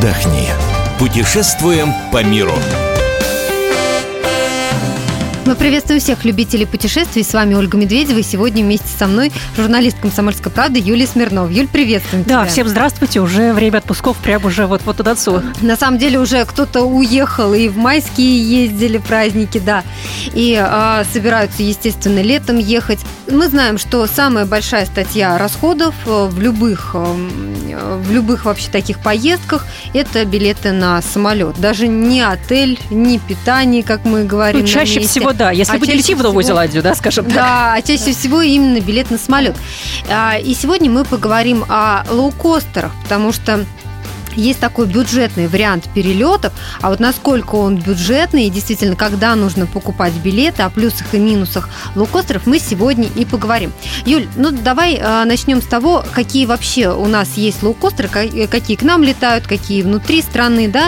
Отдохни. Путешествуем по миру. Мы приветствуем всех любителей путешествий. С вами Ольга Медведева. И сегодня вместе со мной журналист «Комсомольской правды» Юлия Смирнова. Юль, приветствуем тебя. Да, всем здравствуйте. Уже время отпусков прямо уже вот туда. На самом деле уже кто-то уехал, и в майские ездили праздники, да. И собираются, естественно, летом ехать. Мы знаем, что самая большая статья расходов в любых вообще таких поездках – это билеты на самолет. Даже не отель, не питание, как мы говорим. Ну, чаще всего, да. Если мы летим в Новую Зеландию, да, скажем так. Да, чаще всего именно билет на самолет. И сегодня мы поговорим о лоукостерах, потому что есть такой бюджетный вариант перелетов, а вот насколько он бюджетный и действительно, когда нужно покупать билеты, о плюсах и минусах лоукостеров мы сегодня и поговорим. Юль, ну давай начнем с того, какие вообще у нас есть лоукостеры, какие к нам летают, какие внутри страны, да,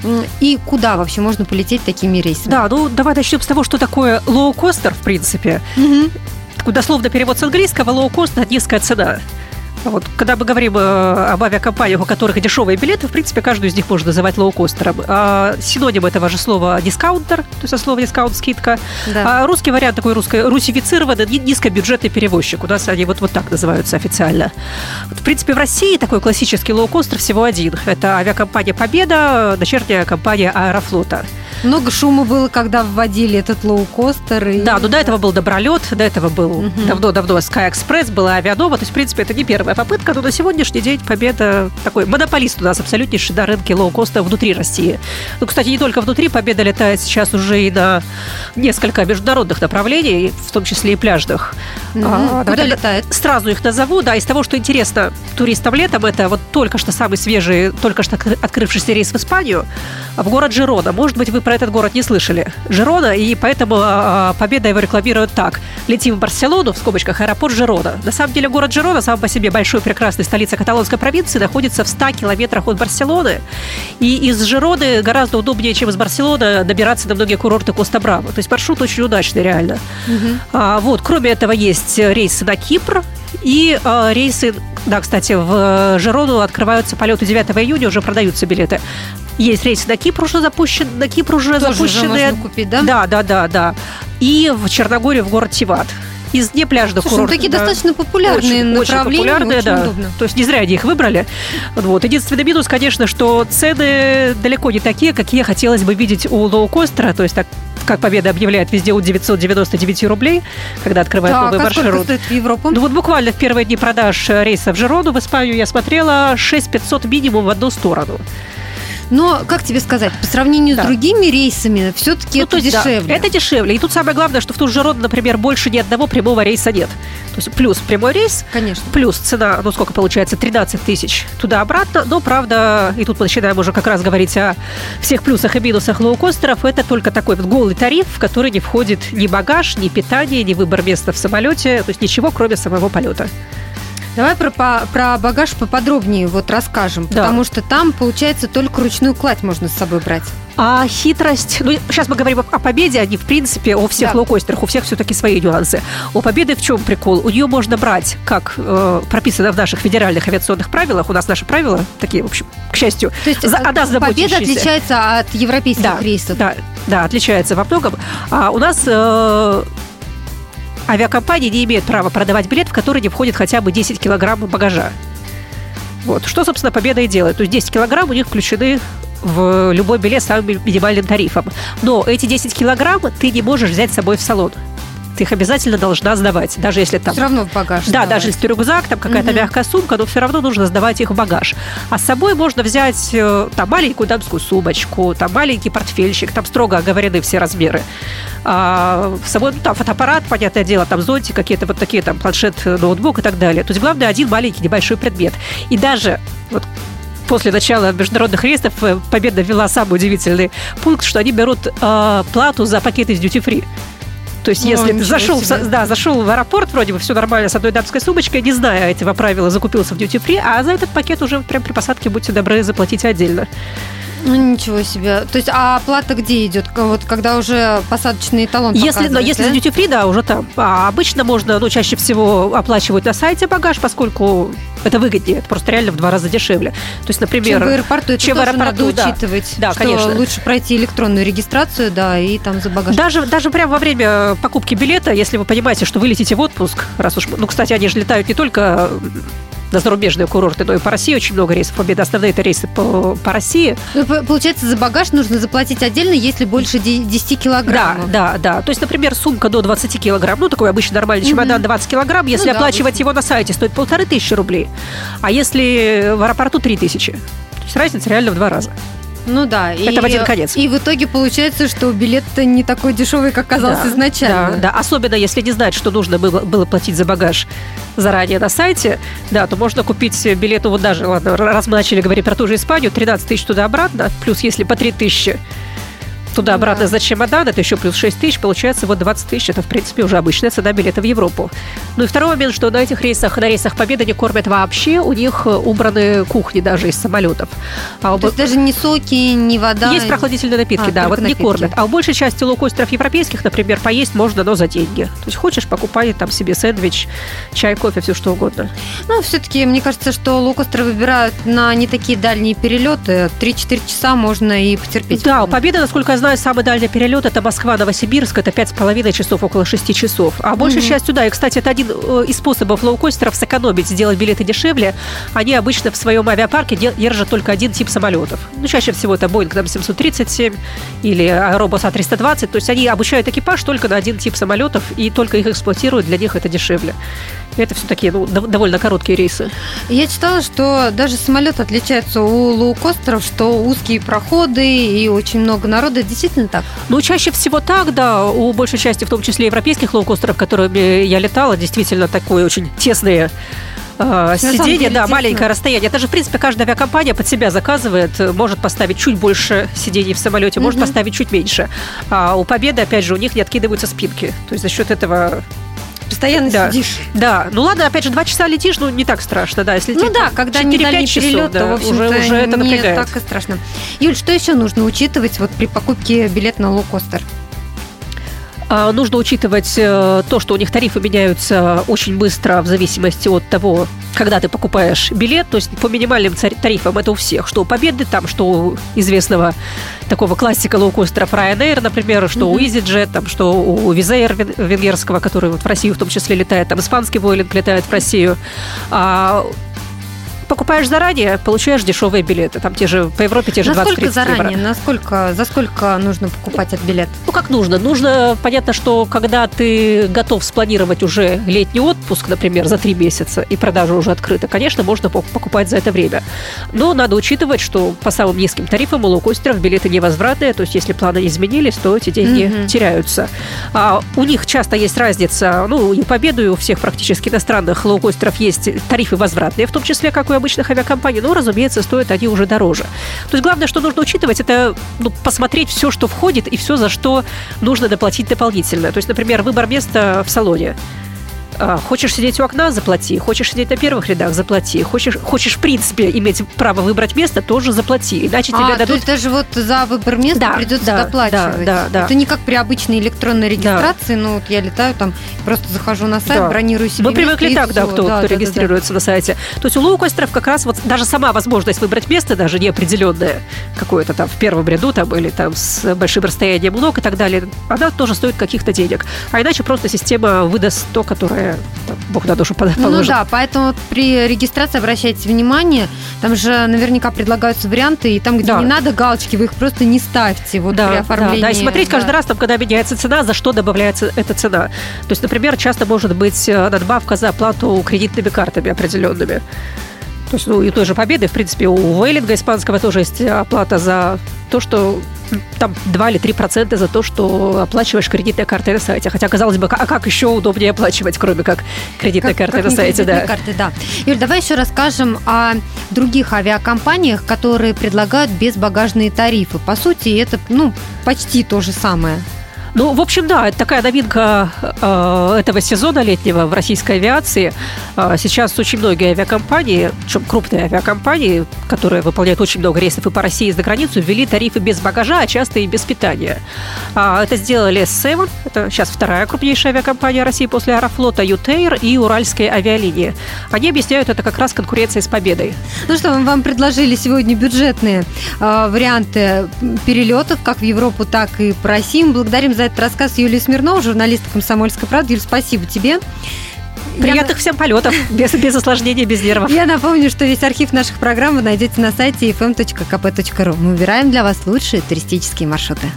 и куда вообще можно полететь такими рейсами. Да, ну давай начнем с того, что такое лоукостер, в принципе. Такой дословно перевод с английского: лоукост – низкая цена. Вот, когда мы говорим об авиакомпаниях, у которых дешевые билеты, в принципе, каждую из них можно называть лоукостером. Синоним этого же слова дискаунтер, то есть от слова дискаунт – скидка. Да. Русский вариант такой русифицированный, низкобюджетный перевозчик. У нас они вот так называются официально. Вот, в принципе, в России такой классический лоукостер всего один. Это авиакомпания «Победа», дочерняя компания «Аэрофлота». Много шума было, когда вводили этот лоукостер. Да, но до этого был Добролет, до этого был давно-давно Sky Express, была Авианова. То есть, в принципе, это не первая попытка, но на сегодняшний день Победа такой монополист у нас абсолютнейший на рынке лоукоста внутри России. Ну, кстати, не только внутри, Победа летает сейчас уже и на несколько международных направлений, в том числе и пляжных. Куда летает? Сразу их назову. Да, из того, что интересно туристам летом, это вот только что самый свежий, только что открывшийся рейс в Испанию, в город Жирона. Может быть, вы про этот город не слышали. Жирона, и поэтому Победа его рекламирует так: летим в Барселону, в скобочках, аэропорт Жирона. На самом деле город Жирона сам по себе большой, прекрасный, столица каталонской провинции, находится в 100 километрах от Барселоны. И из Жироны гораздо удобнее, чем из Барселоны, добираться на многие курорты Коста-Браво. То есть маршрут очень удачный, реально. Вот. Кроме этого, есть рейсы на Кипр и рейсы... Да, кстати, в Жирону открываются полеты 9 июня, уже продаются билеты. Есть рейсы на Кипр уже запущены. Тоже можно купить, да? Да. И в Черногорию, в город Тиват. Из непляжных курортов. Такие достаточно популярные направления. Очень популярные, очень удобно. То есть не зря они их выбрали. Вот. Единственный минус, конечно, что цены далеко не такие, какие хотелось бы видеть у лоукостера. То есть так, как Победа объявляет, везде от 999 рублей, когда открывает новый маршрут. Сколько стоит в Европу? Ну вот буквально в первые дни продаж рейса в Жирону, в Испанию, я смотрела 6500 минимум в одну сторону. Но, как тебе сказать, по сравнению с другими рейсами, все-таки это дешевле. Да, это дешевле. И тут самое главное, что в ту же Жирону, например, больше ни одного прямого рейса нет. То есть плюс прямой рейс, конечно, плюс цена, ну сколько получается, 13 тысяч туда-обратно. Но, правда, и тут мы начинаем уже как раз говорить о всех плюсах и минусах лоукостеров. Это только такой вот голый тариф, в который не входит ни багаж, ни питание, ни выбор места в самолете. То есть ничего, кроме самого полета. Давай про багаж поподробнее расскажем, потому что там, получается, только ручную кладь можно с собой брать. А хитрость... Ну, сейчас мы говорим о Победе, а не, в принципе, о всех лоукостерах. У всех все-таки свои нюансы. У Победы в чем прикол? У нее можно брать, как прописано в наших федеральных авиационных правилах. У нас наши правила такие, в общем, к счастью. То есть Победа отличается от европейских рейсов? Да, отличается во многом. А у нас... авиакомпании не имеют права продавать билет, в который не входит хотя бы 10 килограмм багажа. Вот. Что, собственно, Победа и делает. То есть 10 килограмм у них включены в любой билет с самым минимальным тарифом. Но эти 10 килограмм ты не можешь взять с собой в салон. Ты их обязательно должна сдавать, даже если там... Все равно в багаж. Да, даже если рюкзак, там какая-то мягкая сумка, но все равно нужно сдавать их в багаж. А с собой можно взять там маленькую дамскую сумочку, там маленький портфельчик, там строго оговорены все размеры. С собой там фотоаппарат, понятное дело, там зонтик, какие-то вот такие, там планшет, ноутбук и так далее. То есть главное один маленький небольшой предмет. И даже вот после начала международных рейсов Победа ввела самый удивительный пункт, что они берут плату за пакеты из duty-free. То есть, если ты зашел в аэропорт, вроде бы все нормально с одной дамской сумочкой, не зная этого правила, закупился в duty-free, а за этот пакет уже прям при посадке, будьте добры, заплатить отдельно. Ну, ничего себе. То есть, а оплата где идет? Вот когда уже посадочный талон Если duty-free, да, уже там. А обычно можно, чаще всего оплачивать на сайте багаж, поскольку это выгоднее, это просто реально в 2 раза дешевле. То есть, например... Чем в аэропорту, это тоже надо учитывать, да, что конечно. лучше пройти электронную регистрацию, да, и там за багаж. Даже прямо во время покупки билета, если вы понимаете, что вы летите в отпуск, раз уж... кстати, они же летают не только на зарубежные курорты, но и по России очень много рейсов. Победа, основные это рейсы по России. Получается, за багаж нужно заплатить отдельно, если больше 10 килограммов. Да. То есть, например, сумка до 20 килограмм, такой обычный нормальный чемодан 20 килограмм, если оплачивать его на сайте, стоит 1500 рублей, а если в аэропорту 3000. То есть разница реально в 2 раза. Ну да. Это в один конец. И в итоге получается, что билет-то не такой дешевый, как казался изначально. Да, особенно если не знать, что нужно было платить за багаж заранее на сайте, да, то можно купить билет, даже, ладно, раз мы начали говорить про ту же Испанию, 13 тысяч туда-обратно, плюс если по 3 тысячи туда-обратно за чемодан, это еще плюс 6 тысяч, получается 20 тысяч, это, в принципе, уже обычная цена билета в Европу. И второй момент, что на этих рейсах, на рейсах Победы не кормят вообще, у них убраны кухни даже из самолетов. То есть даже ни соки, ни вода? Есть прохладительные напитки, не кормят. А у большей части лоукостеров европейских, например, поесть можно, но за деньги. То есть хочешь, покупай там себе сэндвич, чай, кофе, все что угодно. Все-таки, мне кажется, что лоукостеры выбирают на не такие дальние перелеты. 3-4 часа можно и потерпеть. Да, у Победы, насколько я знаю, самый дальний перелет это Москва-Новосибирск, это 5,5 часов, около 6 часов. А большей частью, да, и, кстати, это один из способов лоукостеров сэкономить, сделать билеты дешевле. Они обычно в своем авиапарке держат только один тип самолетов. Чаще всего это Boeing 737 или Airbus A320. То есть они обучают экипаж только на один тип самолетов и только их эксплуатируют, для них это дешевле. И это все такие довольно короткие рейсы. Я читала, что даже самолет отличается у лоукостеров, что узкие проходы и очень много народа. Действительно так? Чаще всего так, да. У большей части, в том числе европейских лоукостеров, которыми я летала, действительно такое очень тесные сиденье, да, маленькое расстояние. Это же, в принципе, каждая авиакомпания под себя заказывает, может поставить чуть больше сидений в самолете, может поставить чуть меньше. А у Победы, опять же, у них не откидываются спинки. То есть за счет этого... Постоянно сидишь. Да, ладно, опять же, 2 часа летишь, не так страшно, да. Если когда не дальний перелет, то, в общем-то, уже это напрягает. Не так и страшно. Юль, что еще нужно учитывать при покупке билета на лоукостер? Нужно учитывать то, что у них тарифы меняются очень быстро в зависимости от того, когда ты покупаешь билет. То есть по минимальным тарифам это у всех. Что у Победы, что у известного такого классика лоукостеров Ryanair, например, что у EasyJet, что у Wizz Air венгерского, который в Россию в том числе летает, испанский Vueling летает в Россию. Покупаешь заранее, получаешь дешевые билеты. Там по Европе те же 20-30 евро. Насколько заранее? За сколько нужно покупать этот билет? Как нужно? Нужно, понятно, что когда ты готов спланировать уже летний отпуск, например, за 3 месяца, и продажа уже открыта, конечно, можно покупать за это время. Но надо учитывать, что по самым низким тарифам у лоукостеров билеты невозвратные, то есть если планы изменились, то эти деньги теряются. У них часто есть разница, и у Победы, и у всех практически иностранных лоукостеров есть тарифы возвратные, в том числе, как у обычных авиакомпаний, но, разумеется, стоят они уже дороже. То есть главное, что нужно учитывать, это посмотреть все, что входит, и все, за что нужно доплатить дополнительно. То есть, например, выбор места в салоне. Хочешь сидеть у окна – заплати. Хочешь сидеть на первых рядах – заплати. Хочешь, в принципе, иметь право выбрать место – тоже заплати. Иначе тебе дадут... То есть даже за выбор места придется доплачивать. Да. Это не как при обычной электронной регистрации. Я летаю просто захожу на сайт, бронирую себе место. Мы привыкли так, кто регистрируется на сайте. То есть у лоукостеров как раз даже сама возможность выбрать место, даже неопределенное, какое-то там в первом ряду или с большим расстоянием ног и так далее, она тоже стоит каких-то денег. А иначе просто система выдаст то, которое Бог на душу положит. Поэтому при регистрации обращайте внимание, там же наверняка предлагаются варианты, и там, где не надо галочки, вы их просто не ставьте при оформлении. Да, и смотреть каждый раз, когда меняется цена, за что добавляется эта цена. То есть, например, часто может быть надбавка за оплату кредитными картами определенными. То есть, и той же Победы, в принципе, у Vueling испанского тоже есть оплата за то, что там 2 или 3% за то, что оплачиваешь кредитной картой на сайте. Хотя, казалось бы, как еще удобнее оплачивать, кроме как кредитной картой на сайте. Карты. Юль, давай еще расскажем о других авиакомпаниях, которые предлагают безбагажные тарифы. По сути, это почти то же самое. Ну, в общем, да, это такая новинка этого сезона летнего в российской авиации. Сейчас очень многие авиакомпании, причем крупные авиакомпании, которые выполняют очень много рейсов и по России, и за границу, ввели тарифы без багажа, а часто и без питания. Это сделали Seven, это сейчас вторая крупнейшая авиакомпания России после Аэрофлота, Ютейр и Уральские авиалинии. Они объясняют это как раз конкуренцией с победой. Ну что, мы вам предложили сегодня бюджетные варианты перелетов как в Европу, так и по России. Мы благодарим за этот рассказ Юлию Смирнову, журналистка «Комсомольской правды». Юль, спасибо тебе. Приятных всем полетов, без осложнений, без нервов. Я напомню, что весь архив наших программ вы найдете на сайте fm.kp.ru. Мы выбираем для вас лучшие туристические маршруты.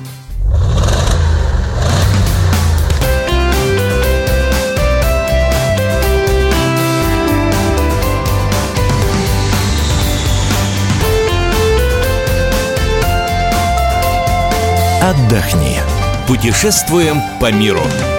Отдохни. Путешествуем по миру.